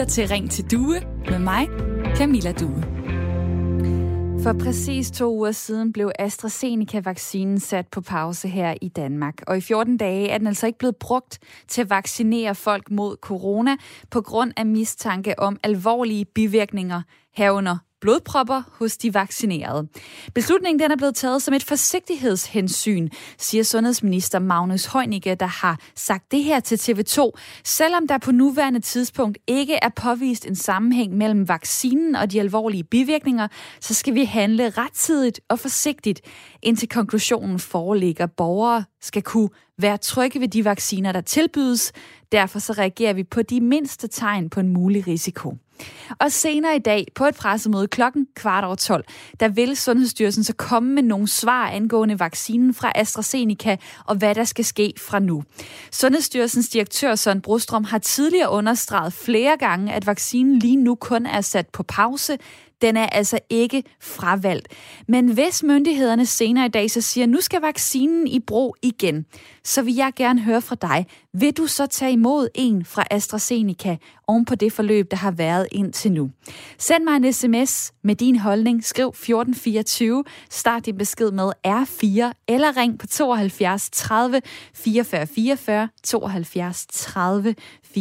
til Ring til Due med mig, Camilla Due. For præcis 2 uger siden blev AstraZeneca-vaccinen sat på pause her i Danmark. Og i 14 dage er den altså ikke blevet brugt til at vaccinere folk mod corona på grund af mistanke om alvorlige bivirkninger herunder blodpropper hos de vaccinerede. Beslutningen den er blevet taget som et forsigtighedshensyn, siger sundhedsminister Magnus Heunicke, der har sagt det her til TV2. Selvom der på nuværende tidspunkt ikke er påvist en sammenhæng mellem vaccinen og de alvorlige bivirkninger, så skal vi handle rettidigt og forsigtigt, indtil konklusionen foreligger. Borgere skal kunne være trygge ved de vacciner, der tilbydes. Derfor så reagerer vi på de mindste tegn på en mulig risiko. Og senere i dag på et pressemøde 12:15, der vil Sundhedsstyrelsen så komme med nogle svar angående vaccinen fra AstraZeneca og hvad der skal ske fra nu. Sundhedsstyrelsens direktør Søren Brostrøm har tidligere understreget flere gange, at vaccinen lige nu kun er sat på pause. Den er altså ikke fravalgt. Men hvis myndighederne senere i dag så siger, at nu skal vaccinen i brug igen, så vil jeg gerne høre fra dig. Vil du så tage imod en fra AstraZeneca oven på det forløb, der har været indtil nu? Send mig en sms med din holdning. Skriv 1424. Start din besked med R4 eller ring på 72 30 44 44 72 30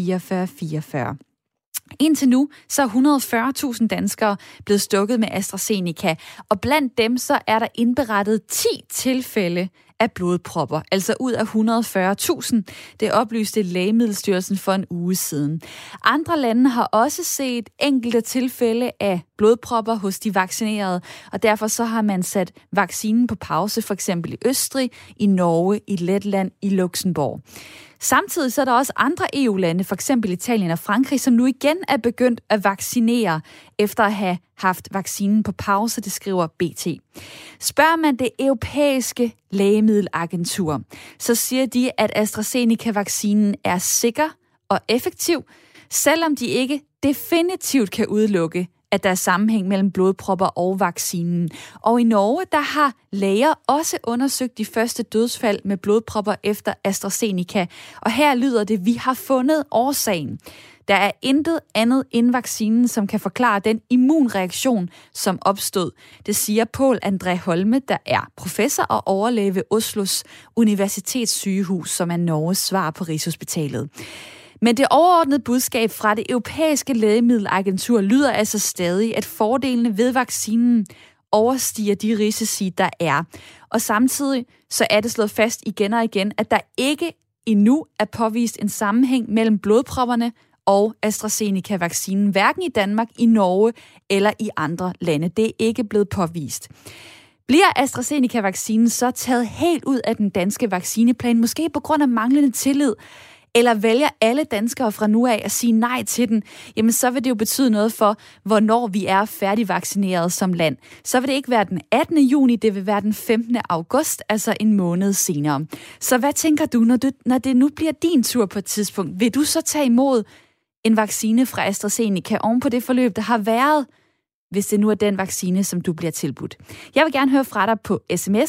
44 44. Indtil nu så er 140.000 danskere blevet stukket med AstraZeneca, og blandt dem så er der indberettet 10 tilfælde af blodpropper, altså ud af 140.000. Det oplyste Lægemiddelstyrelsen for en uge siden. Andre lande har også set enkelte tilfælde af blodpropper hos de vaccinerede, og derfor så har man sat vaccinen på pause, for eksempel i Østrig, i Norge, i Letland, i Luxembourg. Samtidig så er der også andre EU-lande, for eksempel Italien og Frankrig, som nu igen er begyndt at vaccinere efter at have haft vaccinen på pause, det skriver BT. Spørger man det europæiske lægemiddelagentur, så siger de, at AstraZeneca-vaccinen er sikker og effektiv, selvom de ikke definitivt kan udelukke, at der er sammenhæng mellem blodpropper og vaccinen. Og i Norge, der har læger også undersøgt de første dødsfald med blodpropper efter AstraZeneca. Og her lyder det, vi har fundet årsagen. Der er intet andet end vaccinen, som kan forklare den immunreaktion, som opstod. Det siger Pål André Holme, der er professor og overlæge ved Oslos Universitetssygehus, som er Norges svar på Rigshospitalet. Men det overordnede budskab fra det europæiske lægemiddelagentur lyder altså stadig, at fordelene ved vaccinen overstiger de risici, der er. Og samtidig så er det slået fast igen og igen, at der ikke endnu er påvist en sammenhæng mellem blodpropperne og AstraZeneca-vaccinen, hverken i Danmark, i Norge eller i andre lande. Det er ikke blevet påvist. Bliver AstraZeneca-vaccinen så taget helt ud af den danske vaccineplan, måske på grund af manglende tillid, eller vælger alle danskere fra nu af at sige nej til den, jamen så vil det jo betyde noget for, hvornår vi er færdigvaccineret som land. Så vil det ikke være den 18. juni, det vil være den 15. august, altså en måned senere. Så hvad tænker du, når det nu bliver din tur på et tidspunkt? Vil du så tage imod en vaccine fra AstraZeneca oven på det forløb, der har været, hvis det nu er den vaccine, som du bliver tilbudt? Jeg vil gerne høre fra dig på sms'en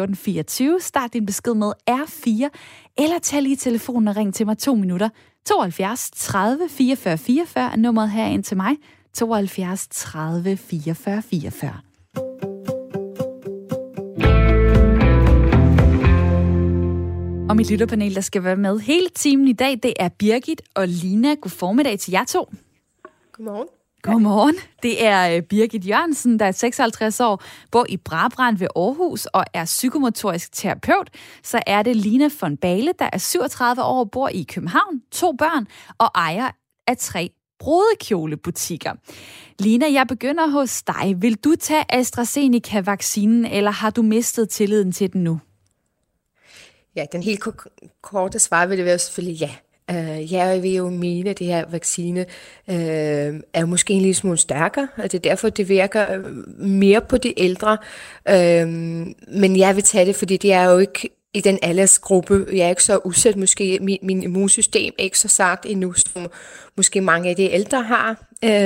1424. Start din besked med R4, eller tag lige telefonen og ring til mig 2 minutter. 72 30 44 44 er nummeret herind til mig. 72 30 44 44. Og mit lytterpanel, der skal være med hele timen i dag, det er Birgit og Lina. God formiddag til jer to. Godmorgen. Godmorgen. Det er Birgit Jørgensen, der er 56 år, bor i Brabrand ved Aarhus og er psykomotorisk terapeut. Så er det Lina von Bale, der er 37 år, bor i København, 2 børn og ejer af 3 brudekjolebutikker. Lina, jeg begynder hos dig. Vil du tage AstraZeneca-vaccinen, eller har du mistet tilliden til den nu? Ja, den helt korte svar vil det være selvfølgelig ja. Jeg vil jo mene, at det her vaccine er måske en lille smule stærkere, og det er derfor, det virker mere på de ældre. Men jeg vil tage det, fordi det er jo ikke i den aldersgruppe. Jeg er ikke så udsat, måske min immunsystem er ikke så sagt endnu, som måske mange af de ældre har.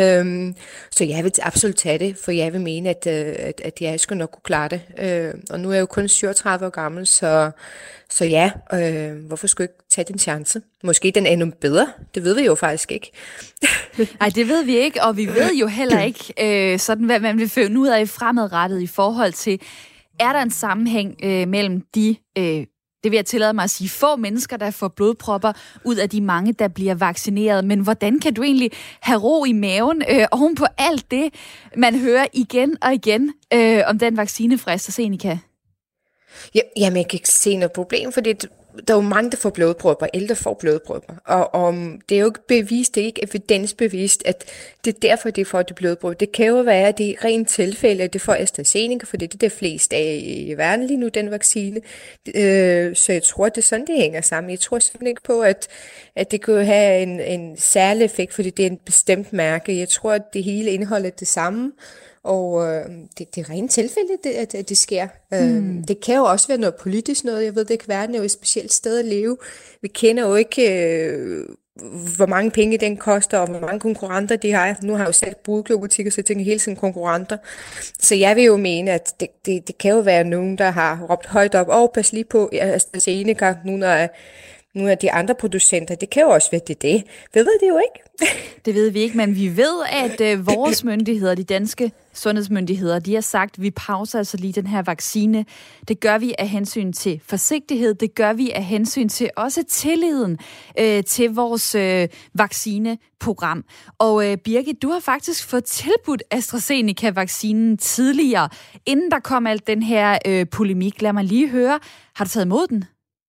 Så jeg vil absolut tage det, for jeg vil mene, at jeg skal nok kunne klare det. Og nu er jeg jo kun 37 år gammel, så ja, hvorfor skulle jeg ikke tage den chance? Måske den er endnu bedre, det ved vi jo faktisk ikke. Nej, det ved vi ikke, og vi ved jo heller ikke, sådan hvad man vil finde ud af fremadrettet i forhold til, er der en sammenhæng mellem de, det vil jeg tillade mig at sige, få mennesker, der får blodpropper, ud af de mange, der bliver vaccineret. Men hvordan kan du egentlig have ro i maven oven på alt det, man hører igen og igen om den vaccine fra AstraZeneca? Jamen, jeg kan ikke se noget problem, for der er jo mange, der får blodpropper, ældre får blodpropper, og det er jo ikke bevist, det er ikke evidensbevist, at det er derfor, de får de blodpropper. Det kan jo være, at det er rent tilfælde, at det får AstraZeneca, for det er det flest af i verden lige nu, den vaccine. Så jeg tror, det er sådan, det hænger sammen. Jeg tror simpelthen ikke på, at det kunne have en særlig effekt, fordi det er en bestemt mærke. Jeg tror, at det hele indeholder det samme. Og det er rent tilfælde, at det sker. Det kan jo også være noget politisk noget. Jeg ved, det kan være, det er jo et specielt sted at leve. Vi kender jo ikke, hvor mange penge den koster, og hvor mange konkurrenter de har. Nu har jeg jo selv brudklubutikker, så jeg tænker hele tiden konkurrenter. Så jeg vil jo mene, at det kan jo være nogen, der har råbt højt op, pas lige på AstraZeneca, nogle af de andre producenter. Det kan jo også være det. Vi ved det jo ikke. Det ved vi ikke, men vi ved, at vores myndigheder, de danske sundhedsmyndigheder, de har sagt, at vi pauser altså lige den her vaccine. Det gør vi af hensyn til forsigtighed. Det gør vi af hensyn til også tilliden til vores vaccineprogram. Og Birgit, du har faktisk fået tilbudt AstraZeneca-vaccinen tidligere, inden der kom alt den her polemik. Lad mig lige høre. Har du taget imod den?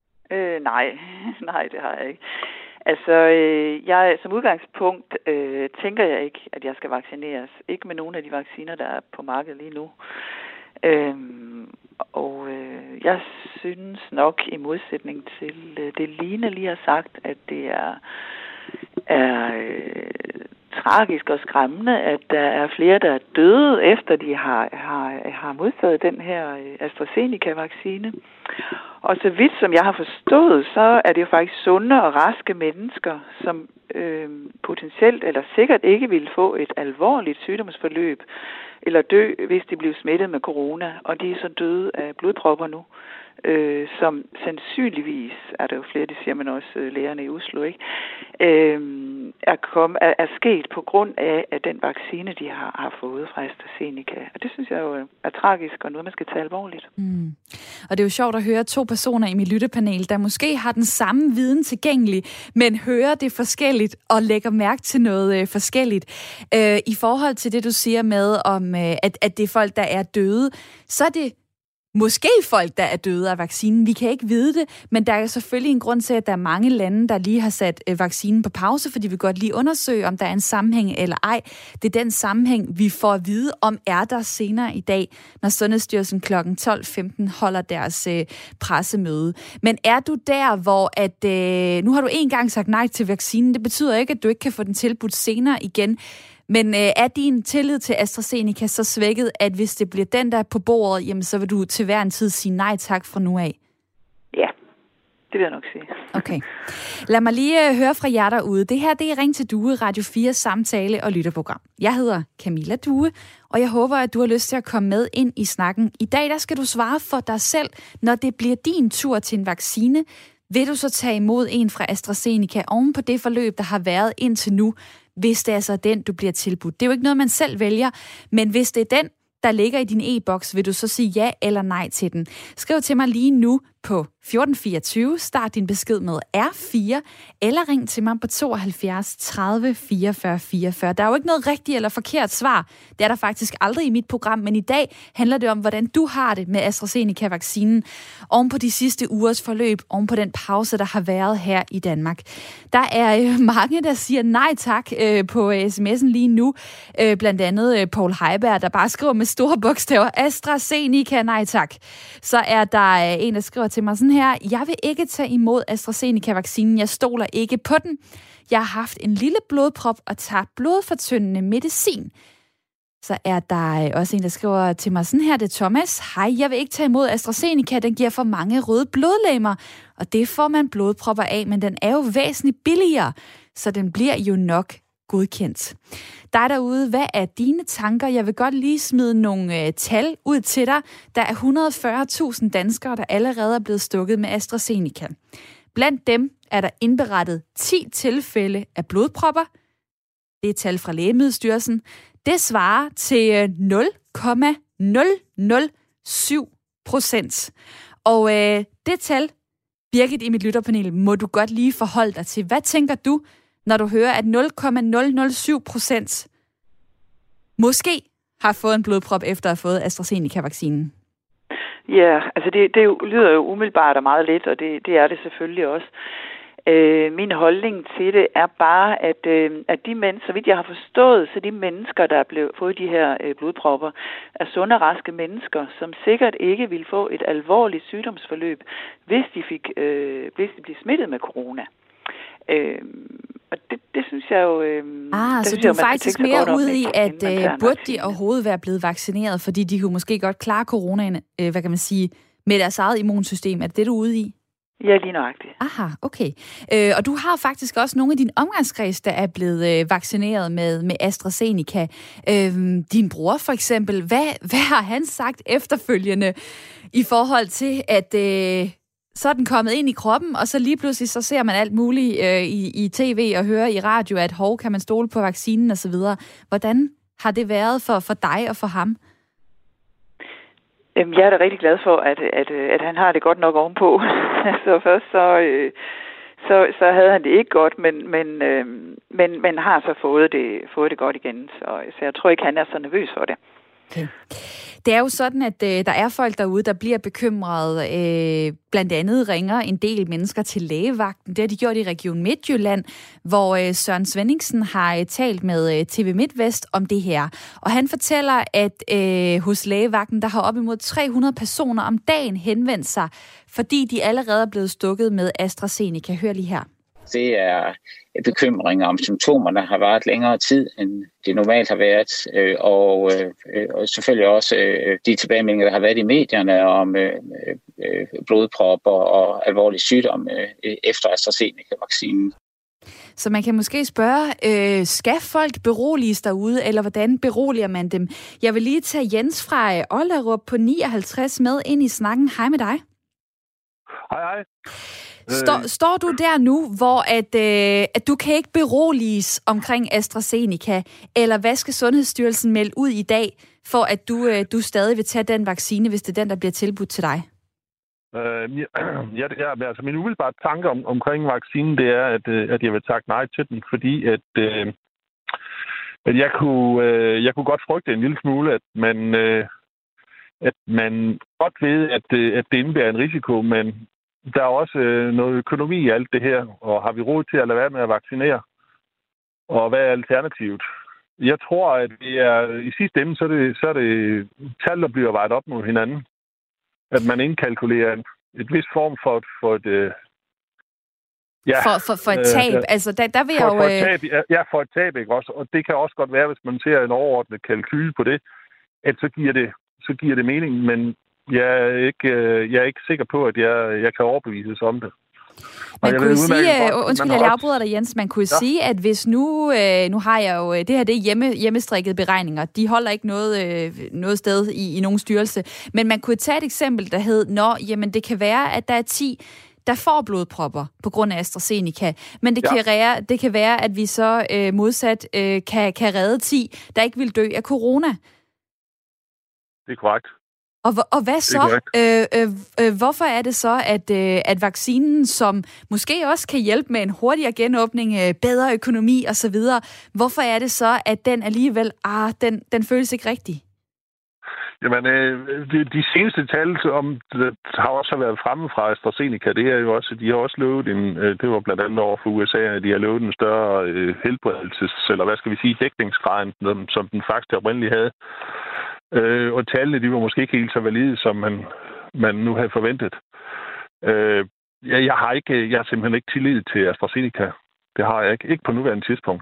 Nej, det har jeg ikke. Altså, jeg som udgangspunkt tænker jeg ikke, at jeg skal vaccineres. Ikke med nogen af de vacciner, der er på markedet lige nu. Jeg synes nok, i modsætning til det Line lige har sagt, at det er tragisk og skræmmende, at der er flere, der er døde, efter de har modtaget den her AstraZeneca-vaccine. Og så vidt som jeg har forstået, så er det jo faktisk sunde og raske mennesker, som potentielt eller sikkert ikke ville få et alvorligt sygdomsforløb eller dø, hvis de blev smittet med corona. Og de er så døde af blodpropper nu, som sandsynligvis, er der jo flere, det siger man også lægerne i Oslo, ikke, er sket på grund af, at den vaccine, de har fået fra AstraZeneca. Og det synes jeg jo er tragisk, og noget, man skal tage alvorligt. Og det er jo sjovt at høre to personer i mit lyttepanel, der måske har den samme viden tilgængelig, men hører det forskelligt og lægger mærke til noget forskelligt. I forhold til det, du siger med, om at det er folk, der er døde, så er det måske folk, der er døde af vaccinen. Vi kan ikke vide det, men der er selvfølgelig en grund til, at der er mange lande, der lige har sat vaccinen på pause, fordi vi godt lige undersøge, om der er en sammenhæng eller ej. Det er den sammenhæng, vi får at vide, om er der senere i dag, når Sundhedsstyrelsen kl. 12.15 holder deres pressemøde. Men er du der, hvor at nu har du en gang sagt nej til vaccinen, det betyder ikke, at du ikke kan få den tilbudt senere igen. Men er din tillid til AstraZeneca så svækket, at hvis det bliver den, der er på bordet, jamen, så vil du til hver en tid sige nej tak fra nu af? Ja, det vil jeg nok sige. Okay. Lad mig lige høre fra jer derude. Det her, det er Ring til Due, Radio 4 samtale- og lytterprogram. Jeg hedder Camilla Due, og jeg håber, at du har lyst til at komme med ind i snakken. I dag, der skal du svare for dig selv, når det bliver din tur til en vaccine. Vil du så tage imod en fra AstraZeneca oven på det forløb, der har været indtil nu, hvis det er så den, du bliver tilbudt? Det er jo ikke noget, man selv vælger, men hvis det er den, der ligger i din e-boks, vil du så sige ja eller nej til den? Skriv til mig lige nu på 1424, start din besked med R4, eller ring til mig på 72 30 44 44. Der er jo ikke noget rigtigt eller forkert svar. Det er der faktisk aldrig i mit program, men i dag handler det om, hvordan du har det med AstraZeneca-vaccinen oven på de sidste ugers forløb, oven på den pause, der har været her i Danmark. Der er mange, der siger nej tak på sms'en lige nu. Blandt andet Paul Heiberg, der bare skriver med store bogstaver, AstraZeneca, nej tak. Så er der en, der skriver til mig sådan her: jeg vil ikke tage imod AstraZeneca-vaccinen. Jeg stoler ikke på den. Jeg har haft en lille blodprop og tager blodfortyndende medicin. Så er der også en, der skriver til mig sådan her, det er Thomas. Hej, jeg vil ikke tage imod AstraZeneca, den giver for mange røde blodlegemer, og det får man blodpropper af, men den er jo væsentligt billigere, så den bliver jo nok godkendt. Dig derude, hvad er dine tanker? Jeg vil godt lige smide nogle tal ud til dig. Der er 140.000 danskere, der allerede er blevet stukket med AstraZeneca. Blandt dem er der indberettet 10 tilfælde af blodpropper. Det er tal fra Lægemiddelstyrelsen. Det svarer til 0,007%. Og det tal, Birgit i mit lytterpanel, må du godt lige forholde dig til. Hvad tænker du, når du hører, at 0,007% måske har fået en blodprop efter at have fået AstraZeneca-vaccinen? Ja, altså det lyder jo umiddelbart og meget let, og det er det selvfølgelig også. Min holdning til det er bare, at de mennesker, så vidt jeg har forstået, så de mennesker, der er blevet fået de her blodpropper, er sunde og raske mennesker, som sikkert ikke ville få et alvorligt sygdomsforløb, hvis de blev smittet med corona. Og det synes jeg jo... så du er faktisk mere ude i, at burde de overhovedet være blevet vaccineret, fordi de kunne måske godt klare coronaen, hvad kan man sige, med deres eget immunsystem. Er det du er ude i? Ja, lige nøjagtigt. Aha, okay. Og du har faktisk også nogle af dine omgangskreds, der er blevet vaccineret med AstraZeneca. Din bror for eksempel, hvad har han sagt efterfølgende i forhold til, at så er den kommet ind i kroppen, og så lige pludselig så ser man alt muligt i tv og hører i radio, at kan man stole på vaccinen osv. Hvordan har det været for dig og for ham? Jeg er da rigtig glad for, at han har det godt nok ovenpå. Så først så havde han det ikke godt, men har så fået det godt igen. Så jeg tror ikke, han er så nervøs for det. Okay. Det er jo sådan, at der er folk derude, der bliver bekymrede. Blandt andet ringer en del mennesker til lægevagten. Det har de gjort i Region Midtjylland, hvor Søren Svenningsen har talt med TV MidtVest om det her. Og han fortæller, at hos lægevagten, der har op imod 300 personer om dagen henvendt sig, fordi de allerede er blevet stukket med AstraZeneca. Hør lige her. Det er bekymringer om symptomer, der har varet længere tid, end det normalt har været. Og selvfølgelig også de tilbagemeldinger, der har været i medierne om blodpropper og alvorlig sygdom efter AstraZeneca-vaccinen. Så man kan måske spørge, skal folk beroliges derude, eller hvordan beroliger man dem? Jeg vil lige tage Jens fra Ollerup på 59 med ind i snakken. Hej med dig. Hej. Står du der nu, hvor at du kan ikke beroliges omkring AstraZeneca, eller hvad skal Sundhedsstyrelsen melde ud i dag, for at du stadig vil tage den vaccine, hvis det er den, der bliver tilbudt til dig? Altså min umiddelbare tanke omkring vaccinen, det er, at jeg vil takke nej til den, fordi at jeg kunne godt frygte en lille smule, at man godt ved, at det indebærer en risiko, men der er også noget økonomi i alt det her, og har vi råd til at lade være med at vaccinere? Og hvad er alternativet? Jeg tror, at det er i sidste ende, så er det tal, der bliver vejet op mod hinanden. At man indkalkulerer et vis form for et... For et tab. Altså, der vil jeg jo... For et tab, ikke også? Og det kan også godt være, hvis man ser en overordnet kalkyl på det, at så giver det mening, men jeg er ikke sikker på, at jeg kan overbevises om det. Man kunne sige, undskyld, jeg afbryder dig, Jens, man kunne sige, at hvis nu har jeg jo, det her det er hjemmestrikkede beregninger, de holder ikke noget sted i nogen styrelse, men man kunne tage et eksempel, der hed, jamen det kan være, at der er 10, der får blodpropper på grund af AstraZeneca, men det kan være, at vi så modsat kan redde 10, der ikke vil dø af corona. Det er korrekt. Og hvad så? Hvorfor er det så, at vaccinen, som måske også kan hjælpe med en hurtigere genåbning, bedre økonomi osv., hvorfor er det så, at den alligevel, den føles ikke rigtig? Jamen, de seneste tal har også været fremme fra AstraZeneca. Det er jo også, de har også lovet det var blandt andet over for USA, at de har lovet en større eller hvad skal vi sige, dækningsgrad, som den faktisk oprindeligt havde. Og tallene, de var måske ikke helt så valide, som man nu havde forventet. Jeg har simpelthen ikke tillid til AstraZeneca. Det har jeg ikke på nuværende tidspunkt.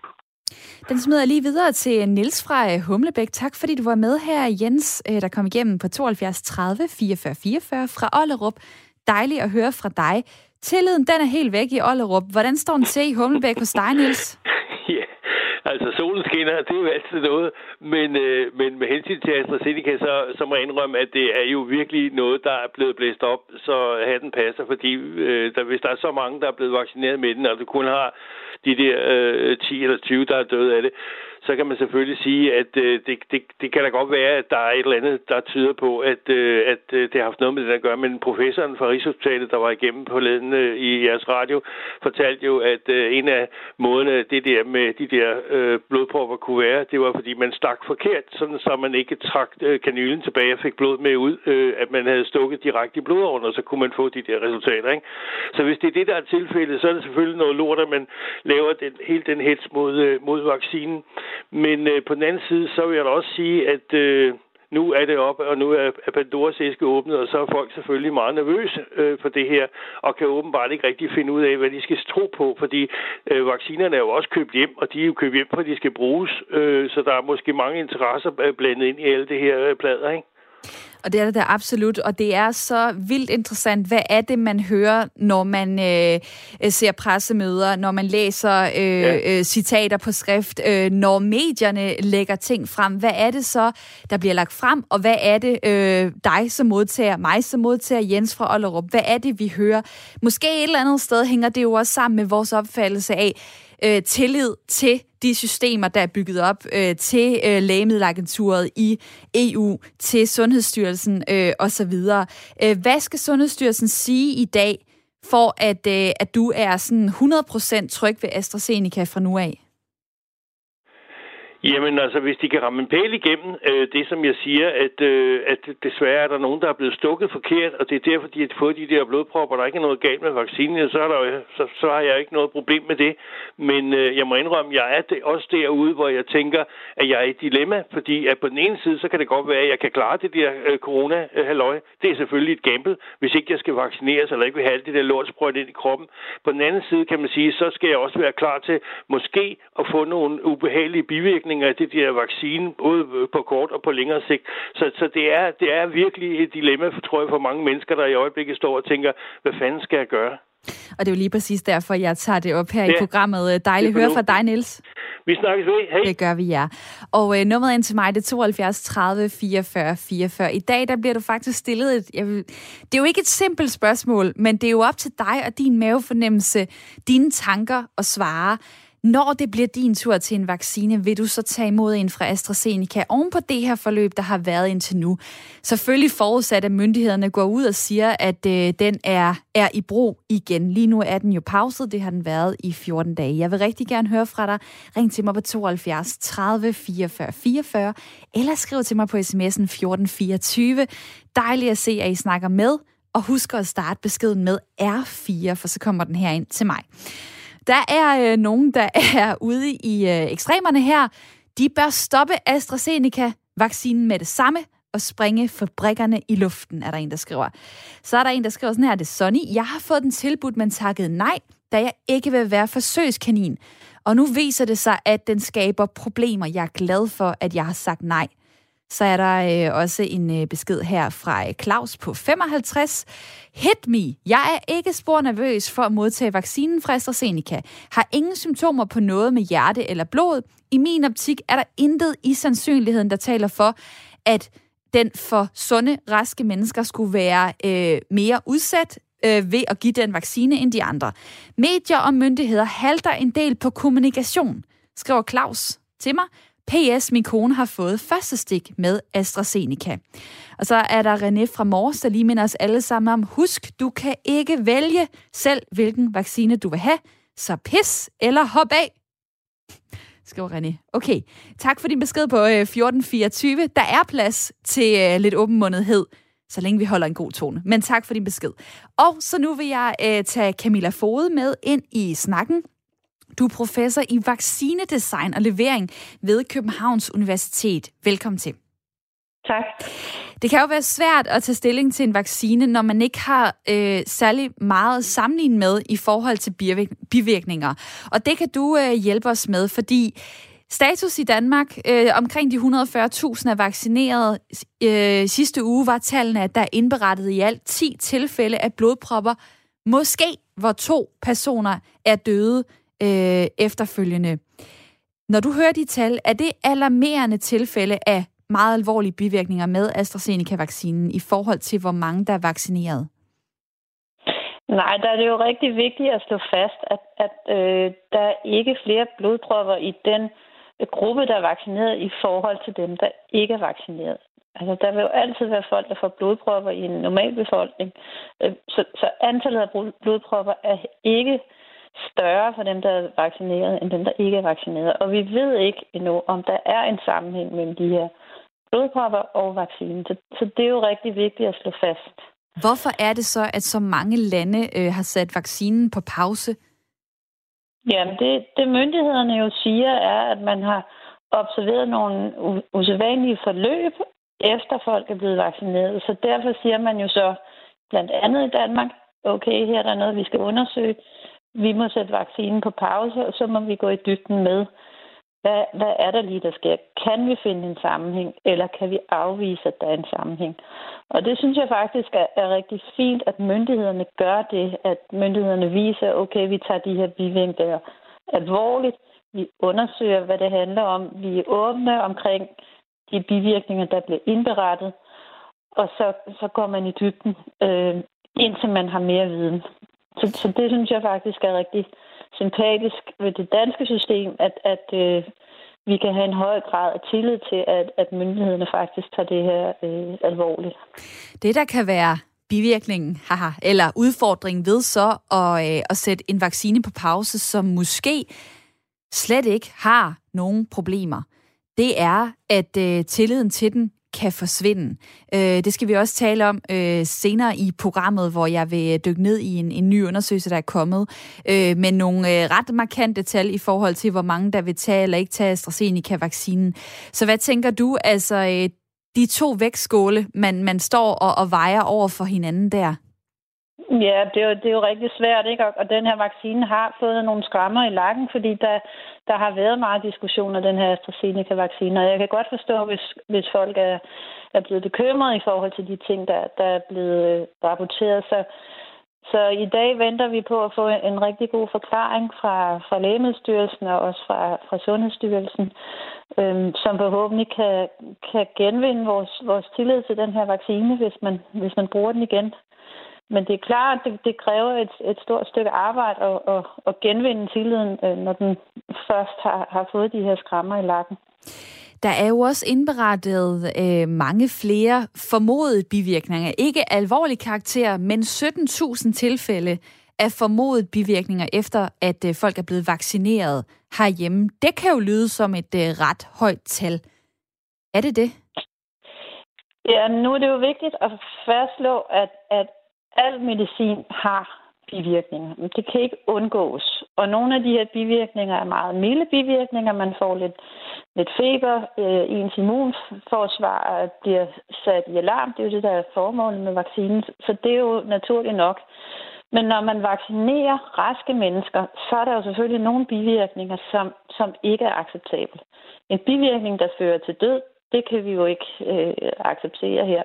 Den smider jeg lige videre til Niels fra Humlebæk. Tak fordi du var med her, Jens, der kom igennem på 72 30 44 44 fra Ollerup. Dejligt at høre fra dig. Tilliden, den er helt væk i Ollerup. Hvordan står den til i Humlebæk hos dig, Niels? Ja, altså solen skinner, det er jo altid noget. Men med hensyn til AstraZeneca, så må jeg indrømme, at det er jo virkelig noget, der er blevet blæst op, så hatten passer. Fordi hvis der er så mange, der er blevet vaccineret med den, og du kun har de der 10 eller 20, der er døde af det, så kan man selvfølgelig sige, at det kan da godt være, at der er et eller andet, der tyder på, at det har haft noget med det at gøre. Men professoren fra Rigshospitalet, der var igennem på leden i jeres radio, fortalte jo, at en af måderne, det der med de der blodpropper kunne være, det var, fordi man stak forkert, sådan så man ikke trak kanylen tilbage og fik blod med ud, at man havde stukket direkte i blodårene, og så kunne man få de der resultater, ikke? Så hvis det er det, der er tilfældet, så er det selvfølgelig noget lort, at man laver hele den hets mod vaccinen. Men på den anden side, så vil jeg da også sige, at nu er det op, og nu er Pandoras æske åbnet, og så er folk selvfølgelig meget nervøse for det her, og kan åbenbart ikke rigtig finde ud af, hvad de skal tro på, fordi vaccinerne er jo også købt hjem, og de er jo købt hjem, for de skal bruges, så der er måske mange interesser blandet ind i alle det her plader, ikke? Og det er det da absolut, og det er så vildt interessant. Hvad er det, man hører, når man ser pressemøder, når man læser citater på skrift, når medierne lægger ting frem? Hvad er det så, der bliver lagt frem, og hvad er det dig som modtager, mig som modtager, Jens fra Ollerup? Hvad er det, vi hører? Måske et eller andet sted hænger det jo også sammen med vores opfattelse af tillid til de systemer, der er bygget op til Lægemiddelagenturet i EU, til Sundhedsstyrelsen osv. Hvad skal Sundhedsstyrelsen sige i dag, for at du er sådan 100% tryg ved AstraZeneca fra nu af? Jamen altså, hvis de kan ramme en pæl igennem, det som jeg siger, at desværre er der nogen, der er blevet stukket forkert, og det er derfor, de har fået de der blodpropper, der er ikke noget galt med vaccinen, så har jeg ikke noget problem med det. Men jeg må indrømme, jeg er også derude, hvor jeg tænker, at jeg er i et dilemma, fordi at på den ene side, så kan det godt være, at jeg kan klare det der corona-halløj. Det er selvfølgelig et gamble, hvis ikke jeg skal vaccineres, eller ikke vil have det der lort sprøjt ind i kroppen. På den anden side kan man sige, så skal jeg også være klar til måske at få nogle ubehagelige bivirkninger af det der vaccine, både på kort og på længere sigt. Så det er virkelig et dilemma, tror jeg, for mange mennesker, der i øjeblikket står og tænker, hvad fanden skal jeg gøre? Og det er jo lige præcis derfor, jeg tager det op her i programmet. Dejligt at høre fra dig, Niels. Vi snakkes ved. Hej. Det gør vi, ja. Og nummeret ind til mig, det er 72 30 44 44. I dag, der bliver du faktisk stillet det er jo ikke et simpelt spørgsmål, men det er jo op til dig og din mavefornemmelse, dine tanker og svare. Når det bliver din tur til en vaccine, vil du så tage imod en fra AstraZeneca oven på det her forløb, der har været indtil nu? Selvfølgelig forudsat, at myndighederne går ud og siger, at den er i brug igen. Lige nu er den jo pauset, det har den været i 14 dage. Jeg vil rigtig gerne høre fra dig. Ring til mig på 72 30 44 44, eller skriv til mig på sms'en 1424. Dejligt at se, at I snakker med, og husk at starte beskeden med R4, for så kommer den her ind til mig. Der er nogen, der er ude i ekstremerne her. De bør stoppe AstraZeneca-vaccinen med det samme og springe fabrikkerne i luften, er der en, der skriver. Så er der en, der skriver sådan her, det er Sonny. Jeg har fået den tilbudt, men takket nej, da jeg ikke vil være forsøgskanin. Og nu viser det sig, at den skaber problemer. Jeg er glad for, at jeg har sagt nej. Så er der også en besked her fra Claus på 55. Hit me. Jeg er ikke spor nervøs for at modtage vaccinen fra AstraZeneca. Har ingen symptomer på noget med hjerte eller blod. I min optik er der intet i sandsynligheden, der taler for, at den for sunde, raske mennesker skulle være mere udsat ved at give den vaccine end de andre. Medier og myndigheder halter en del på kommunikation, skriver Claus til mig. PS, min kone har fået første stik med AstraZeneca. Og så er der René fra Mors, der lige minder os alle sammen om, husk, du kan ikke vælge selv, hvilken vaccine du vil have. Så pis eller hop af, skriver René. Okay, tak for din besked på 1424. Der er plads til lidt åbenmundethed, så længe vi holder en god tone. Men tak for din besked. Og så nu vil jeg tage Camilla Fode med ind i snakken. Du er professor i vaccinedesign og levering ved Københavns Universitet. Velkommen til. Tak. Det kan jo være svært at tage stilling til en vaccine, når man ikke har særlig meget sammenlignet med i forhold til bivirkninger. Og det kan du hjælpe os med, fordi status i Danmark, omkring de 140.000 er vaccineret. Sidste uge var tallene, at der er indberettet i alt 10 tilfælde af blodpropper, måske hvor 2 personer er døde efterfølgende. Når du hører de tal, er det alarmerende tilfælde af meget alvorlige bivirkninger med AstraZeneca-vaccinen i forhold til, hvor mange der er vaccineret? Nej, der er det jo rigtig vigtigt at slå fast, at der er ikke flere blodpropper i den gruppe, der er vaccineret i forhold til dem, der ikke er vaccineret. Altså, der vil jo altid være folk, der får blodpropper i en normal befolkning. Så antallet af blodpropper er ikke større for dem, der er vaccineret, end dem, der ikke er vaccineret. Og vi ved ikke endnu, om der er en sammenhæng mellem de her blodpropper og vaccinen. Så det er jo rigtig vigtigt at slå fast. Hvorfor er det så, at så mange lande har sat vaccinen på pause? Jamen, det myndighederne jo siger, er, at man har observeret nogle usædvanlige forløb, efter folk er blevet vaccineret. Så derfor siger man jo så, blandt andet i Danmark, okay, her er der noget, vi skal undersøge. Vi må sætte vaccinen på pause, og så må vi gå i dybden med, hvad er der lige, der sker? Kan vi finde en sammenhæng, eller kan vi afvise, at der er en sammenhæng? Og det synes jeg faktisk er rigtig fint, at myndighederne gør det, at myndighederne viser, okay, vi tager de her bivirkninger alvorligt, vi undersøger, hvad det handler om, vi er åbne omkring de bivirkninger, der bliver indberettet, og så går man i dybden, indtil man har mere viden. Så det synes jeg faktisk er rigtig sympatisk ved det danske system, at vi kan have en høj grad af tillid til, at myndighederne faktisk tager det her alvorligt. Det, der kan være bivirkningen, eller udfordringen ved så at sætte en vaccine på pause, som måske slet ikke har nogen problemer, det er, at tilliden til den kan forsvinde. Det skal vi også tale om senere i programmet, hvor jeg vil dykke ned i en ny undersøgelse, der er kommet, med nogle ret markante tal i forhold til, hvor mange der vil tage eller ikke tage AstraZeneca-vaccinen. Så hvad tænker du, altså de 2 vægtskåle, man står og vejer over for hinanden der? Ja, det er jo rigtig svært, ikke? Og den her vaccine har fået nogle skrammer i lakken, fordi der har været meget diskussion af den her AstraZeneca-vaccine, og jeg kan godt forstå, hvis folk er blevet bekymrede i forhold til de ting, der er blevet rapporteret. Så i dag venter vi på at få en rigtig god forklaring fra Lægemiddelstyrelsen og også fra Sundhedsstyrelsen, som forhåbentlig kan genvinde vores tillid til den her vaccine, hvis man bruger den igen. Men det er klart, at det kræver et stort stykke arbejde at genvinde tilliden, når den først har fået de her skrammer i lakken. Der er jo også indberettet mange flere formodede bivirkninger. Ikke alvorlig karakter, men 17.000 tilfælde af formodede bivirkninger, efter at folk er blevet vaccineret herhjemme. Det kan jo lyde som et ret højt tal. Er det det? Ja, nu er det jo vigtigt at fastslå, at al medicin har bivirkninger. Det kan ikke undgås. Og nogle af de her bivirkninger er meget milde bivirkninger. Man får lidt feber. Ens immunforsvar bliver sat i alarm. Det er jo det, der er formålet med vaccinen. Så det er jo naturligt nok. Men når man vaccinerer raske mennesker, så er der jo selvfølgelig nogle bivirkninger, som ikke er acceptable. En bivirkning, der fører til død, det kan vi jo ikke acceptere her.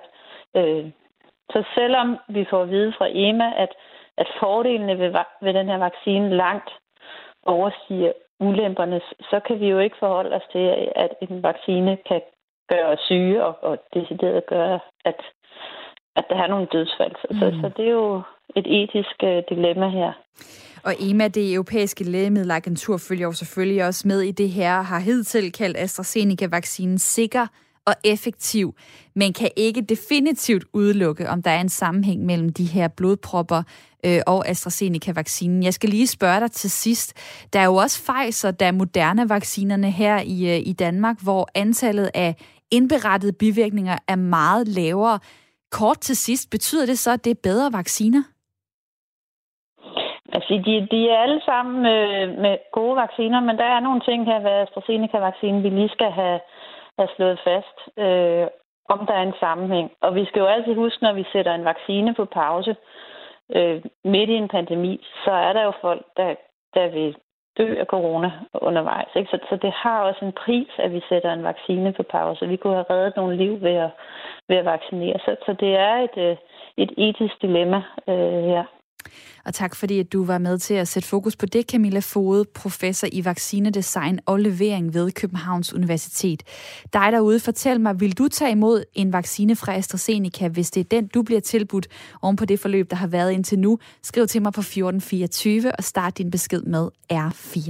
Så selvom vi får at vide fra EMA, at fordelene ved den her vaccine langt overstiger ulemperne, så kan vi jo ikke forholde os til, at en vaccine kan gøre os syge og decideret gøre, at der er nogle dødsfald. Så det er jo et etisk dilemma her. Og EMA, det europæiske lægemiddelagentur, følger jo selvfølgelig også med i det her, har hidtil kaldt AstraZeneca-vaccinen sikker og effektiv, men kan ikke definitivt udelukke, om der er en sammenhæng mellem de her blodpropper og AstraZeneca-vaccinen. Jeg skal lige spørge dig til sidst. Der er jo også Pfizer, der er Moderna-vaccinerne her i Danmark, hvor antallet af indberettede bivirkninger er meget lavere. Kort til sidst, betyder det så, at det er bedre vacciner? Altså, de er alle sammen med gode vacciner, men der er nogle ting her ved AstraZeneca-vaccinen, vi lige skal have slået fast. om der er en sammenhæng. Og vi skal jo altid huske, når vi sætter en vaccine på pause midt i en pandemi, så er der jo folk, der vil dø af corona undervejs. Ikke? Så det har også en pris, at vi sætter en vaccine på pause. Vi kunne have reddet nogle liv ved at vaccinere. Så det er et etisk dilemma her. Og tak fordi, at du var med til at sætte fokus på det, Camilla Foged, professor i vaccinedesign og levering ved Københavns Universitet. Dig derude, fortæl mig, vil du tage imod en vaccine fra AstraZeneca, hvis det er den, du bliver tilbudt oven på det forløb, der har været indtil nu? Skriv til mig på 1424 og start din besked med R4.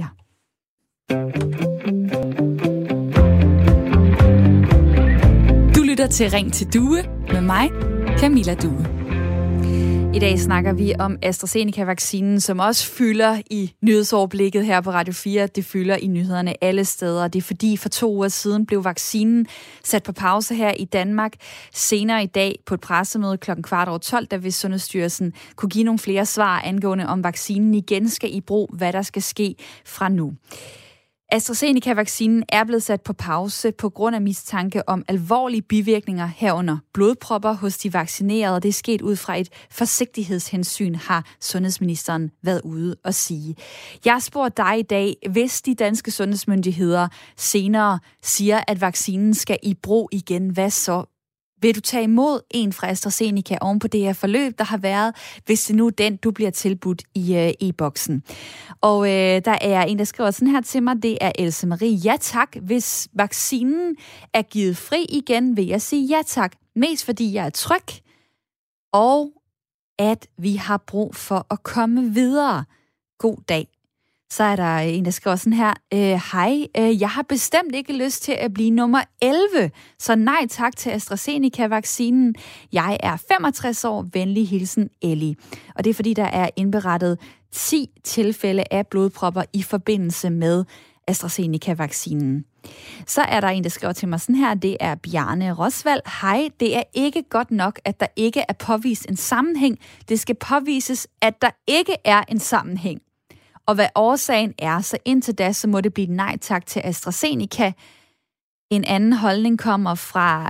Du lytter til Ring til Due med mig, Camilla Due. I dag snakker vi om AstraZeneca-vaccinen, som også fylder i nyhedsoverblikket her på Radio 4. Det fylder i nyhederne alle steder. Det er fordi for 2 uger siden blev vaccinen sat på pause her i Danmark. Senere i dag på et pressemøde kl. 11:15, der vil Sundhedsstyrelsen kunne give nogle flere svar angående, om vaccinen igen skal i brug, hvad der skal ske fra nu. AstraZeneca-vaccinen er blevet sat på pause på grund af mistanke om alvorlige bivirkninger herunder blodpropper hos de vaccinerede. Det er sket ud fra et forsigtighedshensyn, har sundhedsministeren været ude at sige. Jeg spurgte dig i dag, hvis de danske sundhedsmyndigheder senere siger, at vaccinen skal i brug igen, hvad så? Vil du tage imod en fra AstraZeneca oven på det her forløb, der har været, hvis det nu er den, du bliver tilbudt i e-boksen? Og der er en, der skriver sådan her til mig, det er Else Marie. Ja tak, hvis vaccinen er givet fri igen, vil jeg sige ja tak. Mest fordi jeg er tryg, og at vi har brug for at komme videre. God dag. Så er der en, der skriver sådan her. Hej, jeg har bestemt ikke lyst til at blive nummer 11, så nej tak til AstraZeneca-vaccinen. Jeg er 65 år, venlig hilsen Ellie. Og det er fordi, der er indberettet 10 tilfælde af blodpropper i forbindelse med AstraZeneca-vaccinen. Så er der en, der skriver til mig sådan her, det er Bjarne Rosvald. Hej, det er ikke godt nok, at der ikke er påvist en sammenhæng. Det skal påvises, at der ikke er en sammenhæng. Og hvad årsagen er, så indtil da, så må det blive nej tak til AstraZeneca. En anden holdning kommer fra...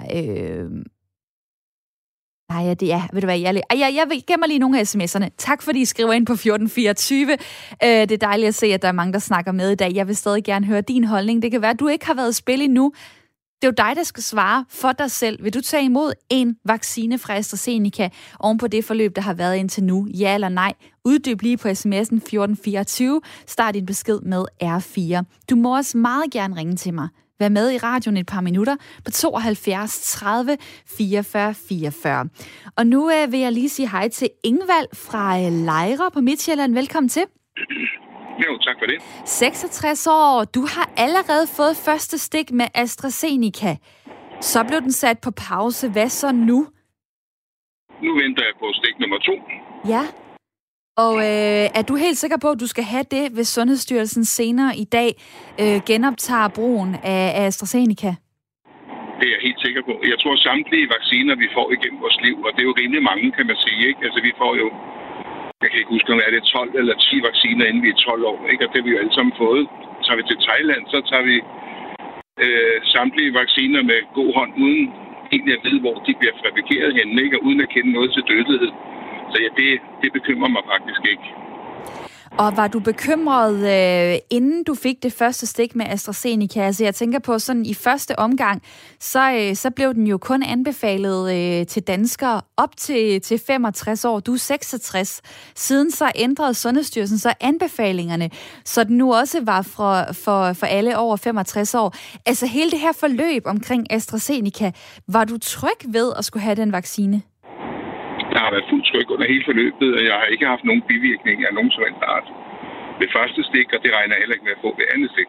ved du hvad, jeg gemmer lige nogle af sms'erne. Tak fordi I skriver ind på 1424. Det er dejligt at se, at der er mange, der snakker med i dag. Jeg vil stadig gerne høre din holdning. Det kan være, at du ikke har været i spil endnu. Det er jo dig, der skal svare for dig selv. Vil du tage imod en vaccine fra AstraZeneca oven på det forløb, der har været indtil nu? Ja eller nej? Uddyb lige på sms'en 1424. Start din besked med R4. Du må også meget gerne ringe til mig. Vær med i radioen et par minutter på 72 30 44 44. Og nu vil jeg lige sige hej til Ingvald fra Lejre på Midtjylland. Velkommen til. Jo, tak for det. 66 år. Du har allerede fået første stik med AstraZeneca. Så blev den sat på pause. Hvad så nu? Nu venter jeg på stik nummer 2. Ja. Og er du helt sikker på, at du skal have det, hvis Sundhedsstyrelsen senere i dag genoptager brugen af AstraZeneca? Det er jeg helt sikker på. Jeg tror, samtlige vacciner, vi får igennem vores liv, og det er jo rimelig mange, kan man sige, ikke? Altså, vi får jo, jeg kan ikke huske, om det er 12 eller 10 vacciner, inden vi er 12 år, ikke? Og det har vi jo alle sammen fået. Så tager vi til Thailand, så tager vi samtlige vacciner med god hånd, uden egentlig at vide, hvor de bliver fabrikeret henne, ikke? Og uden at kende noget til dødelighed. Så ja, det bekymrer mig faktisk ikke. Og var du bekymret, inden du fik det første stik med AstraZeneca? Altså jeg tænker på sådan i første omgang, så blev den jo kun anbefalet til danskere op til 65 år. Du er 66. Siden så ændrede Sundhedsstyrelsen så anbefalingerne, så den nu også var for alle over 65 år. Altså hele det her forløb omkring AstraZeneca, var du tryg ved at skulle have den vaccine? Jeg har været fuldt tryg under hele forløbet, og jeg har ikke haft nogen bivirkninger af nogen som helst art ved første stik, og det regner jeg heller ikke med at få ved andet stik.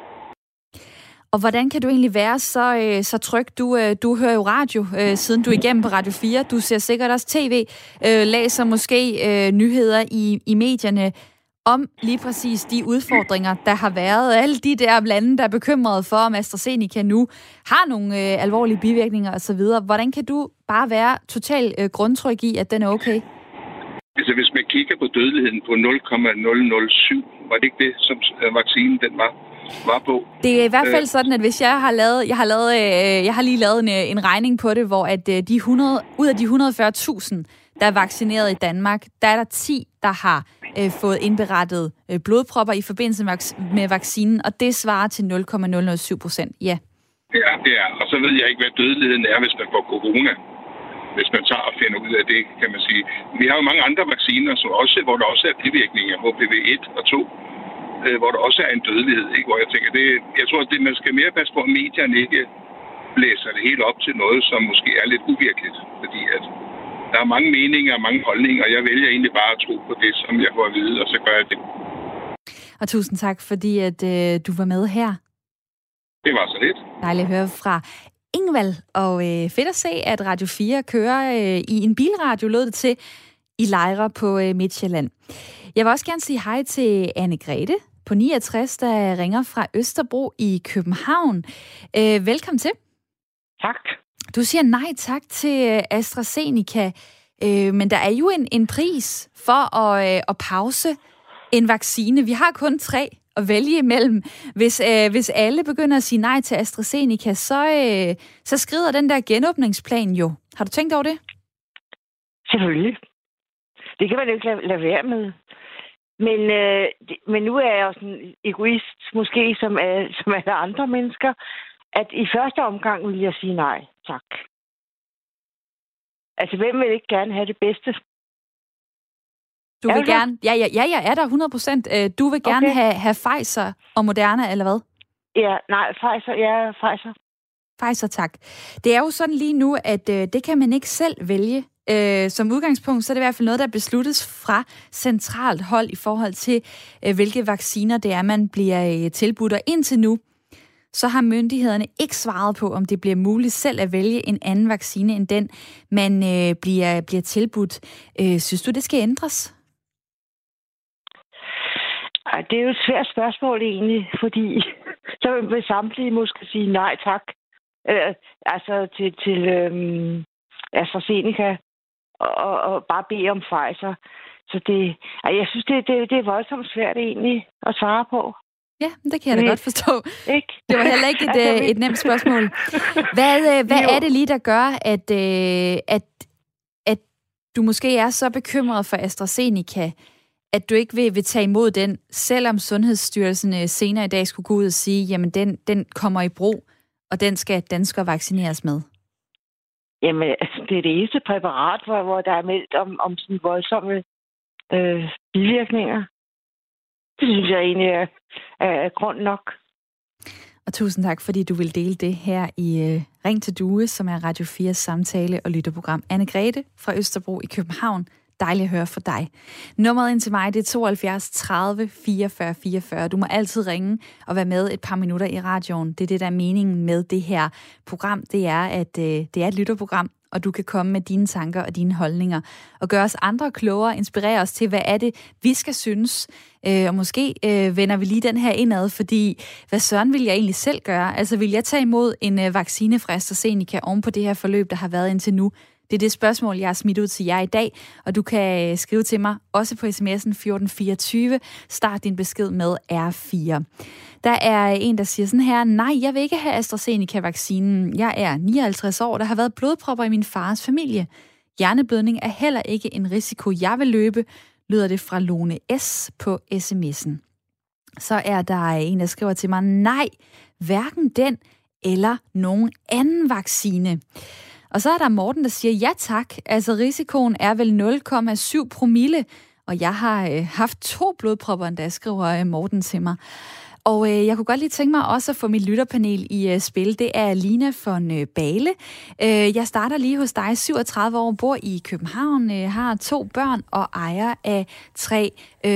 Og hvordan kan du egentlig være så tryg? Du hører jo radio, siden du er igennem på Radio 4. Du ser sikkert også tv, læser måske nyheder i medierne om lige præcis de udfordringer, der har været. Alle de der lande, der er bekymrede for, om AstraZeneca nu har nogle alvorlige bivirkninger osv. Hvordan kan du bare være totalt grundtryg i, at den er okay? Altså, hvis man kigger på dødeligheden på 0,007, var det ikke det, som vaccinen den var? var på. Det er i hvert fald sådan, at hvis jeg har lige lavet en regning på det, hvor at ud af de 140.000, der er vaccineret i Danmark, der er der 10, der har fået indberettet blodpropper i forbindelse med vaccinen, og det svarer til 0,007%. Ja. Ja, det er. Og så ved jeg ikke, hvad dødeligheden er, hvis man får corona. Hvis man tager og finder ud af det, kan man sige. Vi har jo mange andre vacciner, hvor der også er bivirkninger, HPV 1 og 2, hvor der også er en dødelighed, ikke? Hvor jeg tænker, jeg tror, at man skal mere passe på, at medierne ikke blæser det helt op til noget, som måske er lidt uvirkeligt. Fordi at der er mange meninger og mange holdninger, og jeg vælger egentlig bare at tro på det, som jeg får at vide, og så gør jeg det. Og tusind tak, fordi at du var med her. Det var så lidt. Dejligt at høre fra Ingvald, og fedt at se, at Radio 4 kører i en bilradio, lød det til, i Lejre på Midtjylland. Jeg vil også gerne sige hej til Anne-Grethe på 69, der ringer fra Østerbro i København. Velkommen til. Tak. Du siger nej tak til AstraZeneca, men der er jo en pris for at pause en vaccine. Vi har kun 3 at vælge imellem. Hvis alle begynder at sige nej til AstraZeneca, så skrider den der genåbningsplan jo. Har du tænkt over det? Selvfølgelig. Det kan man jo ikke lade være med. Men nu er jeg jo sådan en egoist, måske som alle andre mennesker, at i første omgang vil jeg sige nej, tak. Altså, hvem vil ikke gerne have det bedste? Du vil gerne... Ja, jeg er der 100%. Du vil gerne have Pfizer og Moderna, eller hvad? Ja, nej, Pfizer. Ja, Pfizer. Pfizer, tak. Det er jo sådan lige nu, at det kan man ikke selv vælge. Som udgangspunkt, så er det i hvert fald noget, der besluttes fra centralt hold i forhold til, hvilke vacciner det er, man bliver tilbudt. Og indtil nu, så har myndighederne ikke svaret på, om det bliver muligt selv at vælge en anden vaccine, end den, man bliver tilbudt. Synes du, det skal ændres? Det er jo et svært spørgsmål egentlig, fordi så vil samtlige måske sige nej tak. Altså til AstraZeneca og bare bede om Pfizer. Så jeg synes, det er voldsomt svært egentlig at svare på. Ja, det kan jeg da godt forstå. Ikke? Det var heller ikke et nemt spørgsmål. Hvad er det lige, der gør, at du måske er så bekymret for AstraZeneca, at du ikke vil tage imod den, selvom Sundhedsstyrelsen senere i dag skulle gå ud og sige, jamen den kommer i brug, og den skal danskere vaccineres med? Jamen, det er det eneste præparat, hvor der er meldt om sådan voldsomme bivirkninger. Det synes jeg egentlig er grund nok. Og tusind tak, fordi du vil dele det her i Ring til Due, som er Radio 4's samtale- og lytterprogram. Anne-Grethe fra Østerbro i København. Dejligt at høre fra dig. Nummeret ind til mig, det er 72 30 44 44. Du må altid ringe og være med et par minutter i radioen. Det er det, der er meningen med det her program. Det er, at det er et lytterprogram, og du kan komme med dine tanker og dine holdninger, og gøre os andre klogere, inspirere os til, hvad er det, vi skal synes. Og måske vender vi lige den her indad, fordi hvad søren vil jeg egentlig selv gøre? Altså, vil jeg tage imod en vaccine fra AstraZeneca oven på det her forløb, der har været indtil nu? Det er det spørgsmål, jeg har smidt ud til jer i dag, og du kan skrive til mig, også på sms'en 1424. Start din besked med R4. Der er en, der siger sådan her: nej, jeg vil ikke have AstraZeneca-vaccinen. Jeg er 59 år, der har været blodpropper i min fars familie. Hjerneblødning er heller ikke en risiko, jeg vil løbe, lyder det fra Lone S. på sms'en. Så er der en, der skriver til mig: nej, hverken den eller nogen anden vaccine. Og så er der Morten, der siger ja tak. Altså risikoen er vel 0,7 promille. Og jeg har haft 2 blodpropper, da skriver Morten til mig. Og jeg kunne godt lige tænke mig også at få mit lytterpanel i spil. Det er Lina von Bale. Jeg starter lige hos dig, 37 år, bor i København, har 2 børn og ejer af 3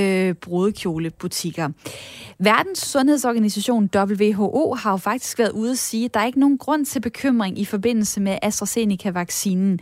brudekjolebutikker. Verdens Sundhedsorganisation WHO har jo faktisk været ude at sige, at der er ikke nogen grund til bekymring i forbindelse med AstraZeneca-vaccinen.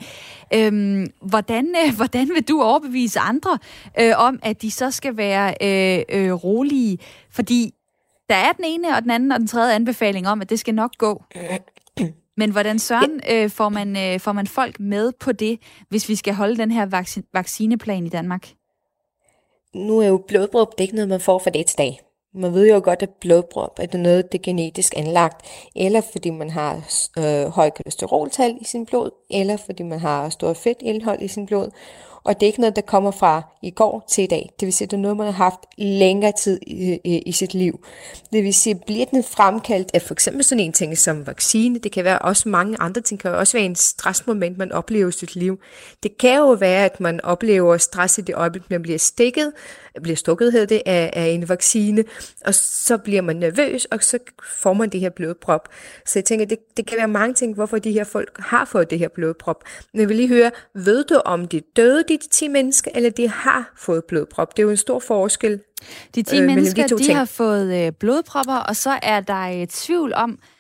Hvordan vil du overbevise andre om, at de så skal være rolige? Fordi der er den ene og den anden og den tredje anbefaling om, at det skal nok gå. Men hvordan søren får man folk med på det, hvis vi skal holde den her vaccineplan i Danmark? Nu er jo blodprop, det ikke noget, man får fra dag til dag. Man ved jo godt, at blodprop er det noget, det er genetisk anlagt, eller fordi man har høj kolesteroltal i sin blod, eller fordi man har stort fedtindhold i sin blod. Og det er ikke noget, der kommer fra i går til i dag. Det vil sige, at det er noget, man har haft længere tid i sit liv. Det vil sige, bliver den fremkaldt af for eksempel sådan en ting som vaccine. Det kan være også mange andre ting. Det kan også være en stressmoment, man oplever i sit liv. Det kan jo være, at man oplever stress i det øjeblik, man bliver stukket hedder det, af en vaccine. Og så bliver man nervøs, og så får man det her blodprop. Så jeg tænker, det kan være mange ting, hvorfor de her folk har fået det her blodprop. Men jeg vil lige høre, ved du om de døde, de 10 mennesker, eller de har fået blodprop? Det er jo en stor forskel. De 10 mennesker, de har fået blodpropper, og så er der tvivl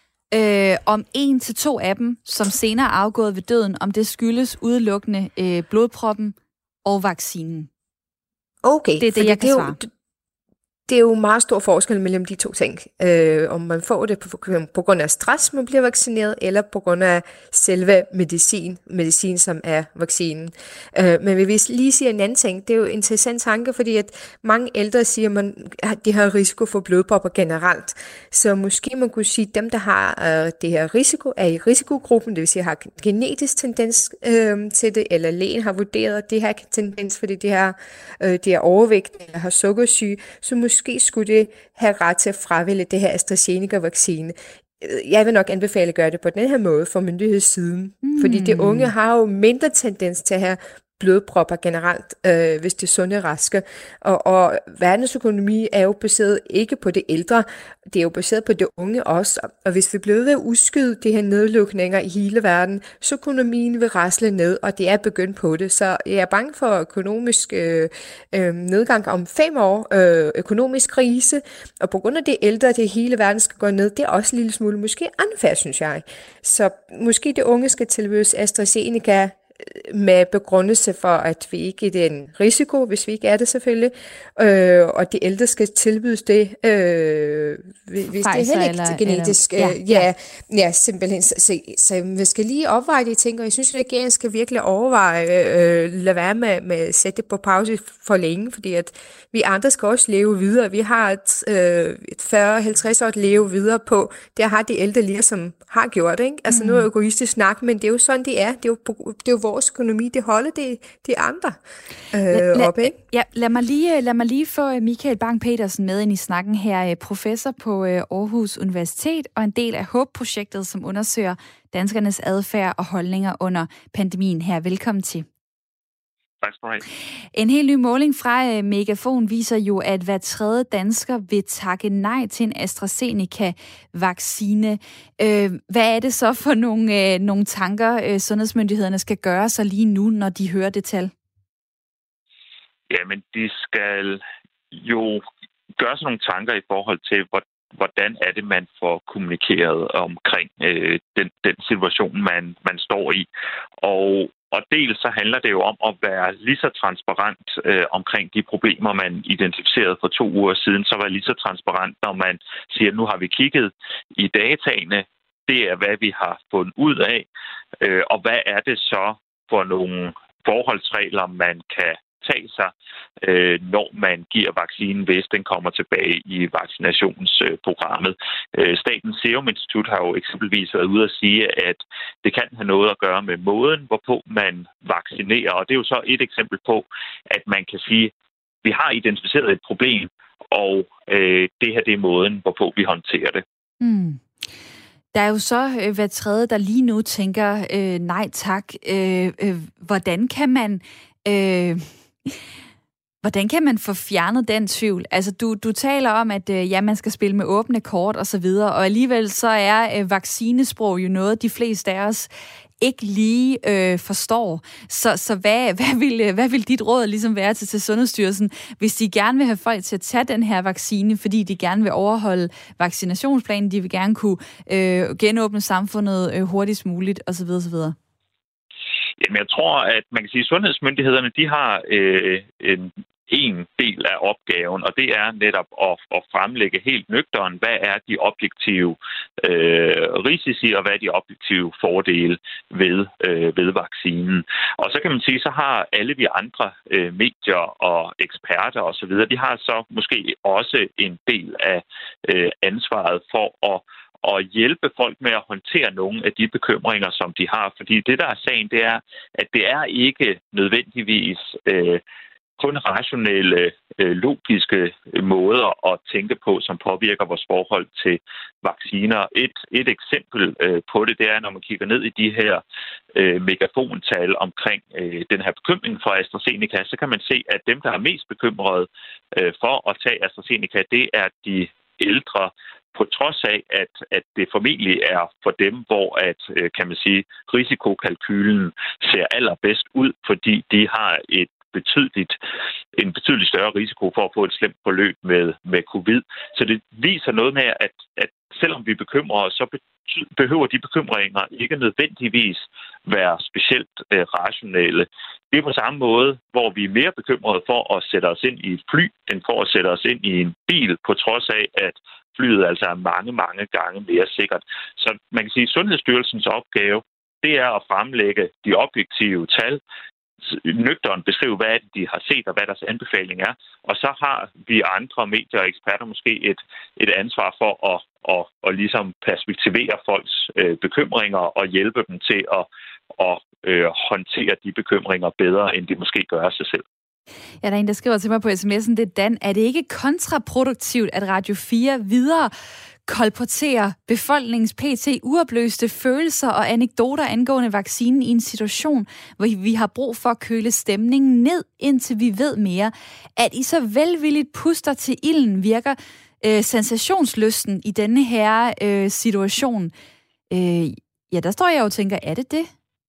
om 1 til 2 af dem, som senere er afgået ved døden, om det skyldes udelukkende blodproppen og vaccinen. Okay. Det er det, jeg kan svare. Det er jo meget stor forskel mellem de to ting. Om man får det på grund af stress, man bliver vaccineret, eller på grund af selve medicin som er vaccinen. Men vi vil lige sige en anden ting. Det er jo en interessant tanke, fordi at mange ældre siger, at de har risiko for blodpropper generelt. Så måske man kunne sige, at dem, der har det her risiko, er i risikogruppen, det vil sige, har genetisk tendens til det, eller lægen har vurderet, at det har tendens, fordi de er overvægt, eller har sukkersyge, så måske skulle det have ret til at fravælge det her AstraZeneca-vaccine. Jeg vil nok anbefale at gøre det på den her måde fra myndighedssiden, fordi de unge har jo mindre tendens til at have blodpropper generelt, hvis det er sunde og raske. Og verdensøkonomi er jo baseret ikke på det ældre, det er jo baseret på det unge også. Og hvis vi bliver ved at udskyde de her nedlukninger i hele verden, så økonomien vil rasle ned, og det er begyndt på det. Så jeg er bange for økonomisk nedgang om 5 år, økonomisk krise, og på grund af det ældre, det hele verden skal gå ned, det er også en lille smule måske unfair, synes jeg. Så måske det unge skal tilbydes AstraZeneca med begrundelse for, at vi ikke er en risiko, hvis vi ikke er det selvfølgelig, og de ældre skal tilbydes det, hvis det er heller ikke genetisk. Ja, simpelthen. Så vi skal lige overveje de ting, og jeg synes, at regeringen skal virkelig overveje, lade være med at sætte det på pause for længe, fordi at vi andre skal også leve videre. Vi har et 40-50 år at leve videre på. Det har de ældre lige som har gjort, ikke? Altså nu er egoistisk snak, men det er jo sådan, det er. Det er jo vores økonomi, det holder de andre op, ikke? Ja, lad mig lige få Michael Bang-Petersen med ind i snakken her, professor på Aarhus Universitet og en del af HÅB-projektet, som undersøger danskernes adfærd og holdninger under pandemien her. Velkommen til. Tak skal du have. En helt ny måling fra Megafon viser jo, at hver 3. dansker vil takke nej til en AstraZeneca-vaccine. Hvad er det så for nogle tanker, sundhedsmyndighederne skal gøre sig lige nu, når de hører det tal? Jamen, de skal jo gøre sig nogle tanker i forhold til, hvordan er det, man får kommunikeret omkring den situation, man står i. Og dels så handler det jo om at være lige så transparent omkring de problemer, man identificerede for 2 uger siden, så være lige så transparent, når man siger, nu har vi kigget i dataene, det er, hvad vi har fundet ud af, og hvad er det så for nogle forholdsregler, man kan tage sig, når man giver vaccinen, hvis den kommer tilbage i vaccinationsprogrammet. Statens Serum Institut har jo eksempelvis været ude at sige, at det kan have noget at gøre med måden, hvorpå man vaccinerer. Og det er jo så et eksempel på, at man kan sige, at vi har identificeret et problem, og det her det er måden, hvorpå vi håndterer det. Mm. Der er jo så hver 3. der lige nu tænker, nej tak. Hvordan kan man få fjernet den tvivl? Altså, du taler om, at man skal spille med åbne kort og så videre, og alligevel så er vaccinesprog jo noget, de fleste af os ikke lige forstår. Så hvad vil dit råd ligesom være til Sundhedsstyrelsen, hvis de gerne vil have folk til at tage den her vaccine, fordi de gerne vil overholde vaccinationsplanen, de vil gerne kunne genåbne samfundet hurtigst muligt osv. osv.? Jamen, jeg tror, at man kan sige, at sundhedsmyndighederne, de har en del af opgaven, og det er netop at fremlægge helt nøgteren, hvad er de objektive risici, og hvad er de objektive fordele ved vaccinen. Og så kan man sige, så har alle de andre medier og eksperter osv., de har så måske også en del af ansvaret for at hjælpe folk med at håndtere nogle af de bekymringer, som de har. Fordi det, der er sagen, det er, at det er ikke nødvendigvis kun rationelle, logiske måder at tænke på, som påvirker vores forhold til vacciner. Et eksempel på det, det er, når man kigger ned i de her megafontal omkring den her bekymring for AstraZeneca, så kan man se, at dem, der er mest bekymrede for at tage AstraZeneca, det er de ældre, på trods af, at det formentlig er for dem, hvor kan man sige, risikokalkylen ser allerbedst ud, fordi de har en betydelig større risiko for at få et slemt forløb med covid. Så det viser noget med, at selvom vi bekymrer os, så behøver de bekymringer ikke nødvendigvis være specielt rationelle. Det er på samme måde, hvor vi er mere bekymrede for at sætte os ind i et fly, end for at sætte os ind i en bil, på trods af, at flyet altså er mange, mange gange mere sikkert. Så man kan sige, at Sundhedsstyrelsens opgave, det er at fremlægge de objektive tal, nøgteren beskrive, hvad de har set, og hvad deres anbefaling er. Og så har vi andre medier og eksperter måske et ansvar for at ligesom perspektivere folks bekymringer og hjælpe dem til at håndtere de bekymringer bedre, end de måske gør af sig selv. Ja, der er en, der skriver til mig på sms'en, det er Dan. Er det ikke kontraproduktivt, at Radio 4 videre kolporterer befolkningens pt. Uopløste følelser og anekdoter angående vaccinen i en situation, hvor vi har brug for at køle stemningen ned, indtil vi ved mere? At I så velvilligt puster til ilden, virker sensationslysten i denne her situation. Ja, der står jeg og tænker, er det det?